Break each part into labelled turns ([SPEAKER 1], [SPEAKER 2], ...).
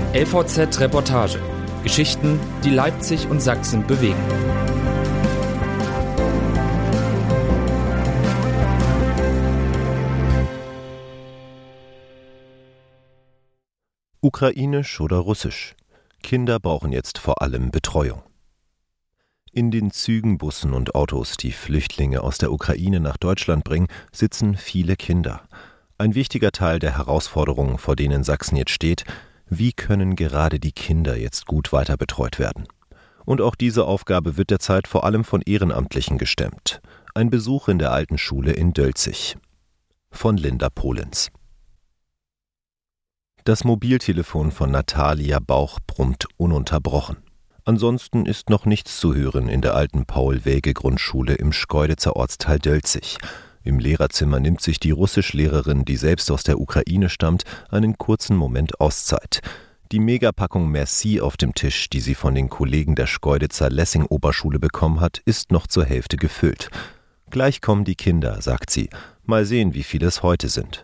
[SPEAKER 1] LVZ Reportage. Geschichten, die Leipzig und Sachsen bewegen.
[SPEAKER 2] Ukrainisch oder Russisch? Kinder brauchen jetzt vor allem Betreuung. In den Zügen, Bussen und Autos, die Flüchtlinge aus der Ukraine nach Deutschland bringen, sitzen viele Kinder. Ein wichtiger Teil der Herausforderungen, vor denen Sachsen jetzt steht: Wie können gerade die Kinder jetzt gut weiter betreut werden? Und auch diese Aufgabe wird derzeit vor allem von Ehrenamtlichen gestemmt. Ein Besuch in der alten Schule in Dölzig. Von Linda Polenz. Das Mobiltelefon von Natalia Bauch brummt ununterbrochen. Ansonsten ist noch nichts zu hören in der alten Paul-Welge-Grundschule im Schkeuditzer Ortsteil Dölzig. Im Lehrerzimmer nimmt sich die Russischlehrerin, die selbst aus der Ukraine stammt, einen kurzen Moment Auszeit. Die Megapackung Merci auf dem Tisch, die sie von den Kollegen der Schkeuditzer Lessing-Oberschule bekommen hat, ist noch zur Hälfte gefüllt. »Gleich kommen die Kinder«, sagt sie. »Mal sehen, wie viele es heute sind.«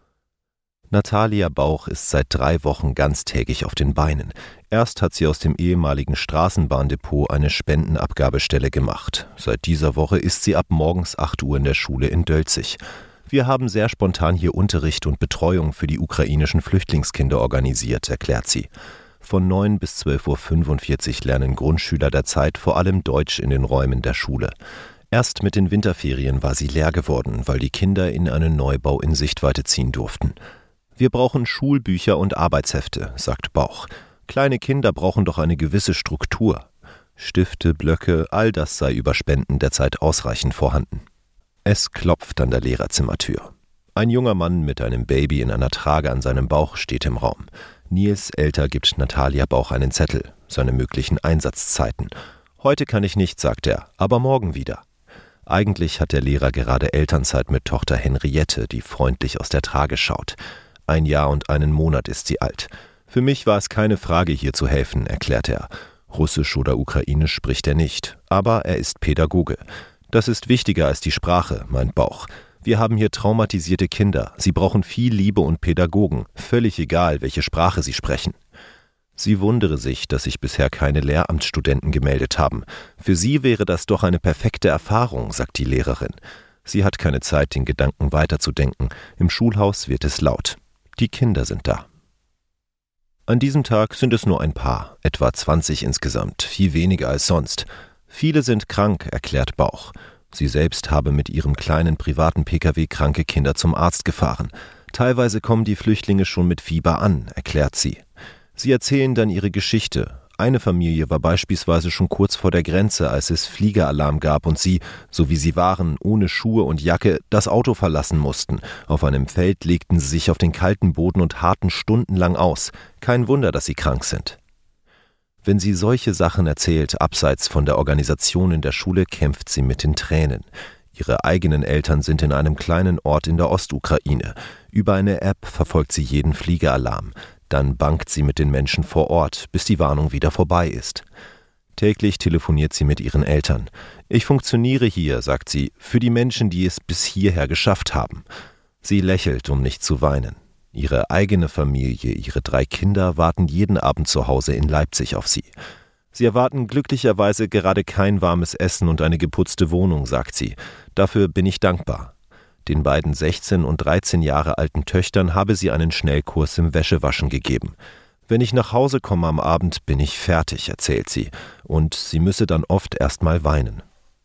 [SPEAKER 2] Natalia Bauch ist seit 3 Wochen ganztägig auf den Beinen. Erst hat sie aus dem ehemaligen Straßenbahndepot eine Spendenabgabestelle gemacht. Seit dieser Woche ist sie ab morgens 8 Uhr in der Schule in Dölzig. Wir haben sehr spontan hier Unterricht und Betreuung für die ukrainischen Flüchtlingskinder organisiert, erklärt sie. Von 9 bis 12.45 Uhr lernen Grundschüler derzeit vor allem Deutsch in den Räumen der Schule. Erst mit den Winterferien war sie leer geworden, weil die Kinder in einen Neubau in Sichtweite ziehen durften. Wir brauchen Schulbücher und Arbeitshefte, sagt Bauch. Kleine Kinder brauchen doch eine gewisse Struktur. Stifte, Blöcke, all das sei über Spenden derzeit ausreichend vorhanden. Es klopft an der Lehrerzimmertür. Ein junger Mann mit einem Baby in einer Trage an seinem Bauch steht im Raum. Nils Elter gibt Natalia Bauch einen Zettel, seine möglichen Einsatzzeiten. »Heute kann ich nicht«, sagt er, »aber morgen wieder.« Eigentlich hat der Lehrer gerade Elternzeit mit Tochter Henriette, die freundlich aus der Trage schaut. 1 Jahr und 1 Monat ist sie alt. Für mich war es keine Frage, hier zu helfen, erklärt er. Russisch oder Ukrainisch spricht er nicht, aber er ist Pädagoge. Das ist wichtiger als die Sprache, meint Bauch. Wir haben hier traumatisierte Kinder. Sie brauchen viel Liebe und Pädagogen, völlig egal, welche Sprache sie sprechen. Sie wundere sich, dass sich bisher keine Lehramtsstudenten gemeldet haben. Für sie wäre das doch eine perfekte Erfahrung, sagt die Lehrerin. Sie hat keine Zeit, den Gedanken weiterzudenken. Im Schulhaus wird es laut. Die Kinder sind da. An diesem Tag sind es nur ein paar, etwa 20 insgesamt, viel weniger als sonst. Viele sind krank, erklärt Bauch. Sie selbst habe mit ihrem kleinen privaten Pkw kranke Kinder zum Arzt gefahren. Teilweise kommen die Flüchtlinge schon mit Fieber an, erklärt sie. Sie erzählen dann ihre Geschichte. Eine Familie war beispielsweise schon kurz vor der Grenze, als es Fliegeralarm gab und sie, so wie sie waren, ohne Schuhe und Jacke, das Auto verlassen mussten. Auf einem Feld legten sie sich auf den kalten Boden und harrten stundenlang aus. Kein Wunder, dass sie krank sind. Wenn sie solche Sachen erzählt, abseits von der Organisation in der Schule, kämpft sie mit den Tränen. Ihre eigenen Eltern sind in einem kleinen Ort in der Ostukraine. Über eine App verfolgt sie jeden Fliegeralarm. Dann bangt sie mit den Menschen vor Ort, bis die Warnung wieder vorbei ist. Täglich telefoniert sie mit ihren Eltern. »Ich funktioniere hier«, sagt sie, »für die Menschen, die es bis hierher geschafft haben.« Sie lächelt, um nicht zu weinen. Ihre eigene Familie, ihre 3 Kinder warten jeden Abend zu Hause in Leipzig auf sie. Sie erwarten glücklicherweise gerade kein warmes Essen und eine geputzte Wohnung, sagt sie. Dafür bin ich dankbar. Den beiden 16 und 13 Jahre alten Töchtern habe sie einen Schnellkurs im Wäschewaschen gegeben. »Wenn ich nach Hause komme am Abend, bin ich fertig«, erzählt sie, und sie müsse dann oft erst mal weinen.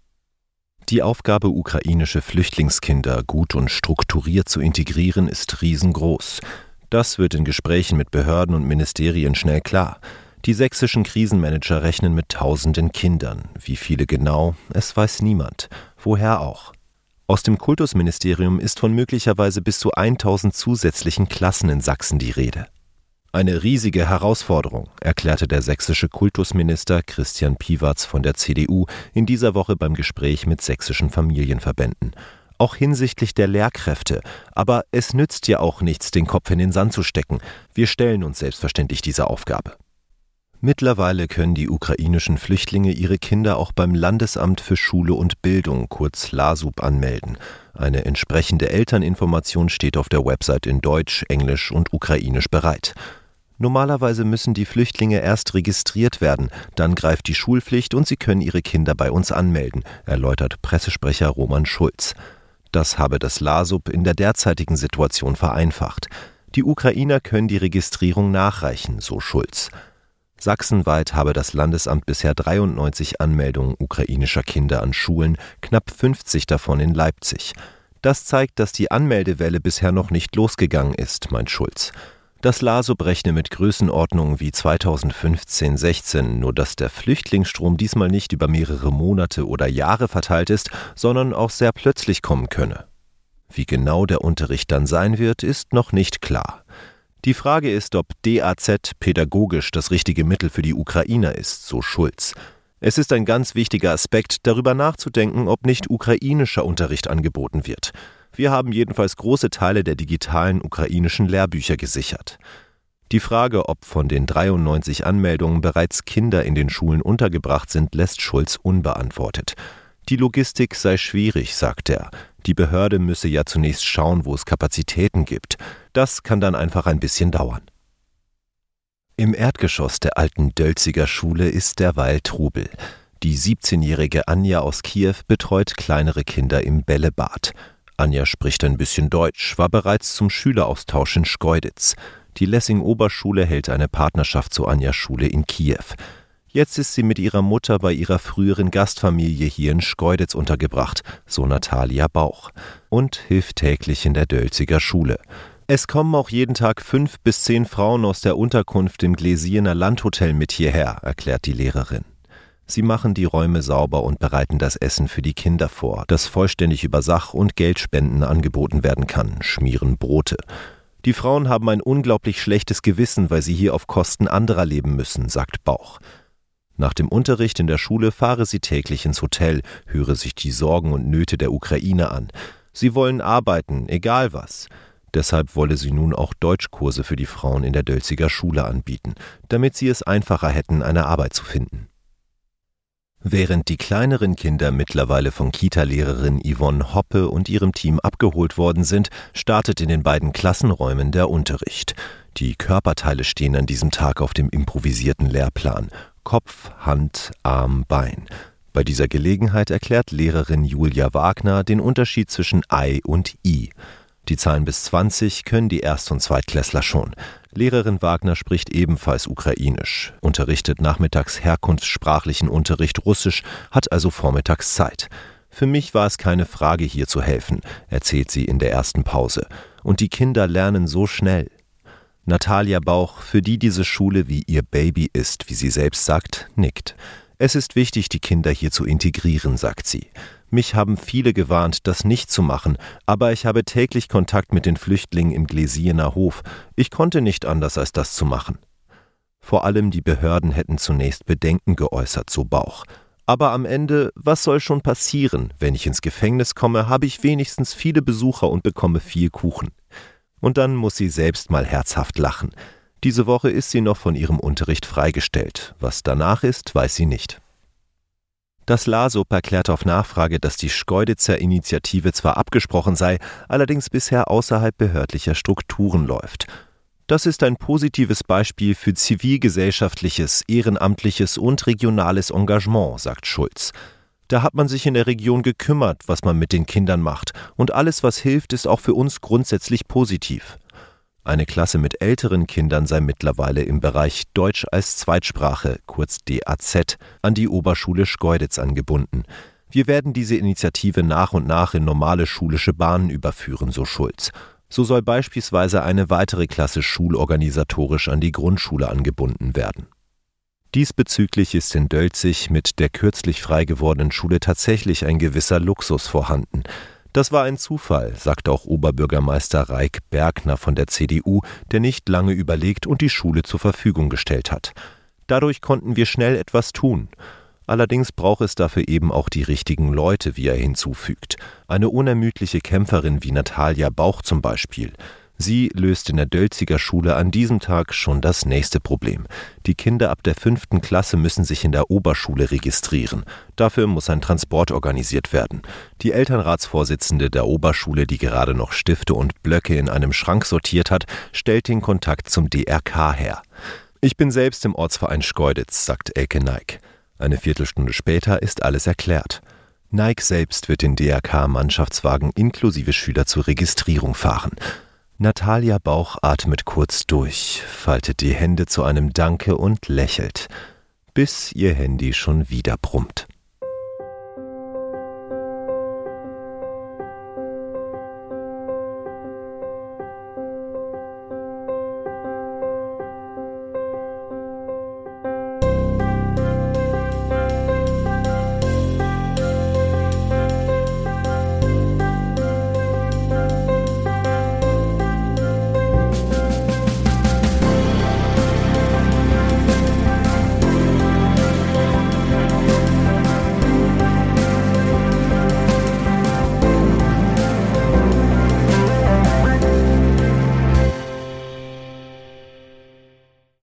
[SPEAKER 2] Die Aufgabe, ukrainische Flüchtlingskinder gut und strukturiert zu integrieren, ist riesengroß. Das wird in Gesprächen mit Behörden und Ministerien schnell klar. Die sächsischen Krisenmanager rechnen mit Tausenden Kindern. Wie viele genau, es weiß niemand. Woher auch? Aus dem Kultusministerium ist von möglicherweise bis zu 1000 zusätzlichen Klassen in Sachsen die Rede. Eine riesige Herausforderung, erklärte der sächsische Kultusminister Christian Piwarz von der CDU in dieser Woche beim Gespräch mit sächsischen Familienverbänden. Auch hinsichtlich der Lehrkräfte. Aber es nützt ja auch nichts, den Kopf in den Sand zu stecken. Wir stellen uns selbstverständlich dieser Aufgabe. Mittlerweile können die ukrainischen Flüchtlinge ihre Kinder auch beim Landesamt für Schule und Bildung, kurz LASUB, anmelden. Eine entsprechende Elterninformation steht auf der Website in Deutsch, Englisch und Ukrainisch bereit. Normalerweise müssen die Flüchtlinge erst registriert werden, dann greift die Schulpflicht und sie können ihre Kinder bei uns anmelden, erläutert Pressesprecher Roman Schulz. Das habe das LASUB in der derzeitigen Situation vereinfacht. Die Ukrainer können die Registrierung nachreichen, so Schulz. Sachsenweit habe das Landesamt bisher 93 Anmeldungen ukrainischer Kinder an Schulen, knapp 50 davon in Leipzig. Das zeigt, dass die Anmeldewelle bisher noch nicht losgegangen ist, meint Schulz. Das LASUB rechne mit Größenordnungen wie 2015-16, nur dass der Flüchtlingsstrom diesmal nicht über mehrere Monate oder Jahre verteilt ist, sondern auch sehr plötzlich kommen könne. Wie genau der Unterricht dann sein wird, ist noch nicht klar. Die Frage ist, ob DAZ pädagogisch das richtige Mittel für die Ukrainer ist, so Schulz. Es ist ein ganz wichtiger Aspekt, darüber nachzudenken, ob nicht ukrainischer Unterricht angeboten wird. Wir haben jedenfalls große Teile der digitalen ukrainischen Lehrbücher gesichert. Die Frage, ob von den 93 Anmeldungen bereits Kinder in den Schulen untergebracht sind, lässt Schulz unbeantwortet. Die Logistik sei schwierig, sagt er. Die Behörde müsse ja zunächst schauen, wo es Kapazitäten gibt. Das kann dann einfach ein bisschen dauern. Im Erdgeschoss der alten Dölziger Schule ist derweil Trubel. Die 17-jährige Anja aus Kiew betreut kleinere Kinder im Bällebad. Anja spricht ein bisschen Deutsch, war bereits zum Schüleraustausch in Schkeuditz. Die Lessing-Oberschule hält eine Partnerschaft zur Anja-Schule in Kiew. Jetzt ist sie mit ihrer Mutter bei ihrer früheren Gastfamilie hier in Schkeuditz untergebracht, so Natalia Bauch, und hilft täglich in der Dölziger Schule. Es kommen auch jeden Tag 5 bis 10 Frauen aus der Unterkunft im Glesiener Landhotel mit hierher, erklärt die Lehrerin. Sie machen die Räume sauber und bereiten das Essen für die Kinder vor, das vollständig über Sach- und Geldspenden angeboten werden kann, schmieren Brote. Die Frauen haben ein unglaublich schlechtes Gewissen, weil sie hier auf Kosten anderer leben müssen, sagt Bauch. Nach dem Unterricht in der Schule fahre sie täglich ins Hotel, höre sich die Sorgen und Nöte der Ukrainer an. Sie wollen arbeiten, egal was. Deshalb wolle sie nun auch Deutschkurse für die Frauen in der Dölziger Schule anbieten, damit sie es einfacher hätten, eine Arbeit zu finden. Während die kleineren Kinder mittlerweile von Kita-Lehrerin Yvonne Hoppe und ihrem Team abgeholt worden sind, startet in den beiden Klassenräumen der Unterricht. Die Körperteile stehen an diesem Tag auf dem improvisierten Lehrplan. Kopf, Hand, Arm, Bein. Bei dieser Gelegenheit erklärt Lehrerin Julia Wagner den Unterschied zwischen Ei und I. Die Zahlen bis 20 können die Erst- und Zweitklässler schon. Lehrerin Wagner spricht ebenfalls Ukrainisch, unterrichtet nachmittags herkunftssprachlichen Unterricht Russisch, hat also vormittags Zeit. Für mich war es keine Frage, hier zu helfen, erzählt sie in der ersten Pause. Und die Kinder lernen so schnell. Natalia Bauch, für die diese Schule wie ihr Baby ist, wie sie selbst sagt, nickt. Es ist wichtig, die Kinder hier zu integrieren, sagt sie. Mich haben viele gewarnt, das nicht zu machen, aber ich habe täglich Kontakt mit den Flüchtlingen im Glesiener Hof. Ich konnte nicht anders, als das zu machen. Vor allem die Behörden hätten zunächst Bedenken geäußert, so Bauch. Aber am Ende, was soll schon passieren? Wenn ich ins Gefängnis komme, habe ich wenigstens viele Besucher und bekomme viel Kuchen. Und dann muss sie selbst mal herzhaft lachen. Diese Woche ist sie noch von ihrem Unterricht freigestellt. Was danach ist, weiß sie nicht. Das LASUB erklärt auf Nachfrage, dass die Schkeuditzer Initiative zwar abgesprochen sei, allerdings bisher außerhalb behördlicher Strukturen läuft. Das ist ein positives Beispiel für zivilgesellschaftliches, ehrenamtliches und regionales Engagement, sagt Schulz. Da hat man sich in der Region gekümmert, was man mit den Kindern macht, und alles, was hilft, ist auch für uns grundsätzlich positiv. Eine Klasse mit älteren Kindern sei mittlerweile im Bereich Deutsch als Zweitsprache, kurz DAZ, an die Oberschule Schkeuditz angebunden. Wir werden diese Initiative nach und nach in normale schulische Bahnen überführen, so Schulz. So soll beispielsweise eine weitere Klasse schulorganisatorisch an die Grundschule angebunden werden. Diesbezüglich ist in Dölzig mit der kürzlich frei gewordenen Schule tatsächlich ein gewisser Luxus vorhanden. Das war ein Zufall, sagt auch Oberbürgermeister Raik Bergner von der CDU, der nicht lange überlegt und die Schule zur Verfügung gestellt hat. Dadurch konnten wir schnell etwas tun. Allerdings braucht es dafür eben auch die richtigen Leute, wie er hinzufügt. Eine unermüdliche Kämpferin wie Natalia Bauch zum Beispiel. Sie löst in der Dölziger Schule an diesem Tag schon das nächste Problem. Die Kinder ab der 5. Klasse müssen sich in der Oberschule registrieren. Dafür muss ein Transport organisiert werden. Die Elternratsvorsitzende der Oberschule, die gerade noch Stifte und Blöcke in einem Schrank sortiert hat, stellt den Kontakt zum DRK her. »Ich bin selbst im Ortsverein Schkeuditz«, sagt Elke Naik. Eine Viertelstunde später ist alles erklärt. Naik selbst wird den DRK-Mannschaftswagen inklusive Schüler zur Registrierung fahren. Natalia Bauch atmet kurz durch, faltet die Hände zu einem Danke und lächelt, bis ihr Handy schon wieder brummt.